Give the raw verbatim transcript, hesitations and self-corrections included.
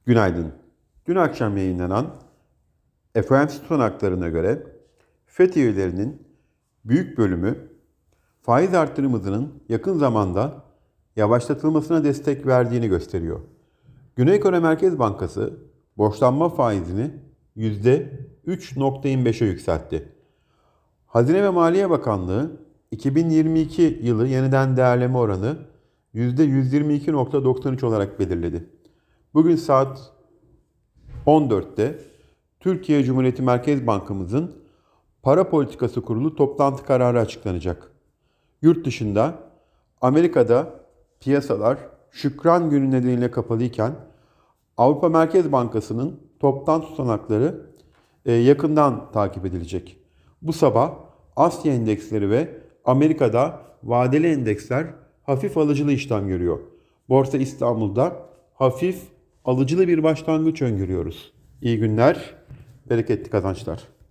Günaydın. Dün akşam yayınlanan F O M C tutanaklarına göre FED üyelerinin büyük bölümü faiz artırım hızının yakın zamanda yavaşlatılmasına destek verdiğini gösteriyor. Güney Kore Merkez Bankası borçlanma faizini yüzde üç virgül yirmi beşe yükseltti. Hazine ve Maliye Bakanlığı iki bin yirmi iki yılı yeniden değerleme oranı yüzde yüz yirmi iki virgül doksan üç olarak belirledi. Bugün saat on dörtte Türkiye Cumhuriyeti Merkez Bankamızın Para Politikası Kurulu toplantı kararı açıklanacak. Yurt dışında Amerika'da piyasalar Şükran Günü nedeniyle kapalıyken Avrupa Merkez Bankası'nın toptan tutanakları yakından takip edilecek. Bu sabah Asya endeksleri ve Amerika'da vadeli endeksler hafif alıcılı işlem görüyor. Borsa İstanbul'da hafif alıcılı bir başlangıç öngörüyoruz. İyi günler, bereketli kazançlar.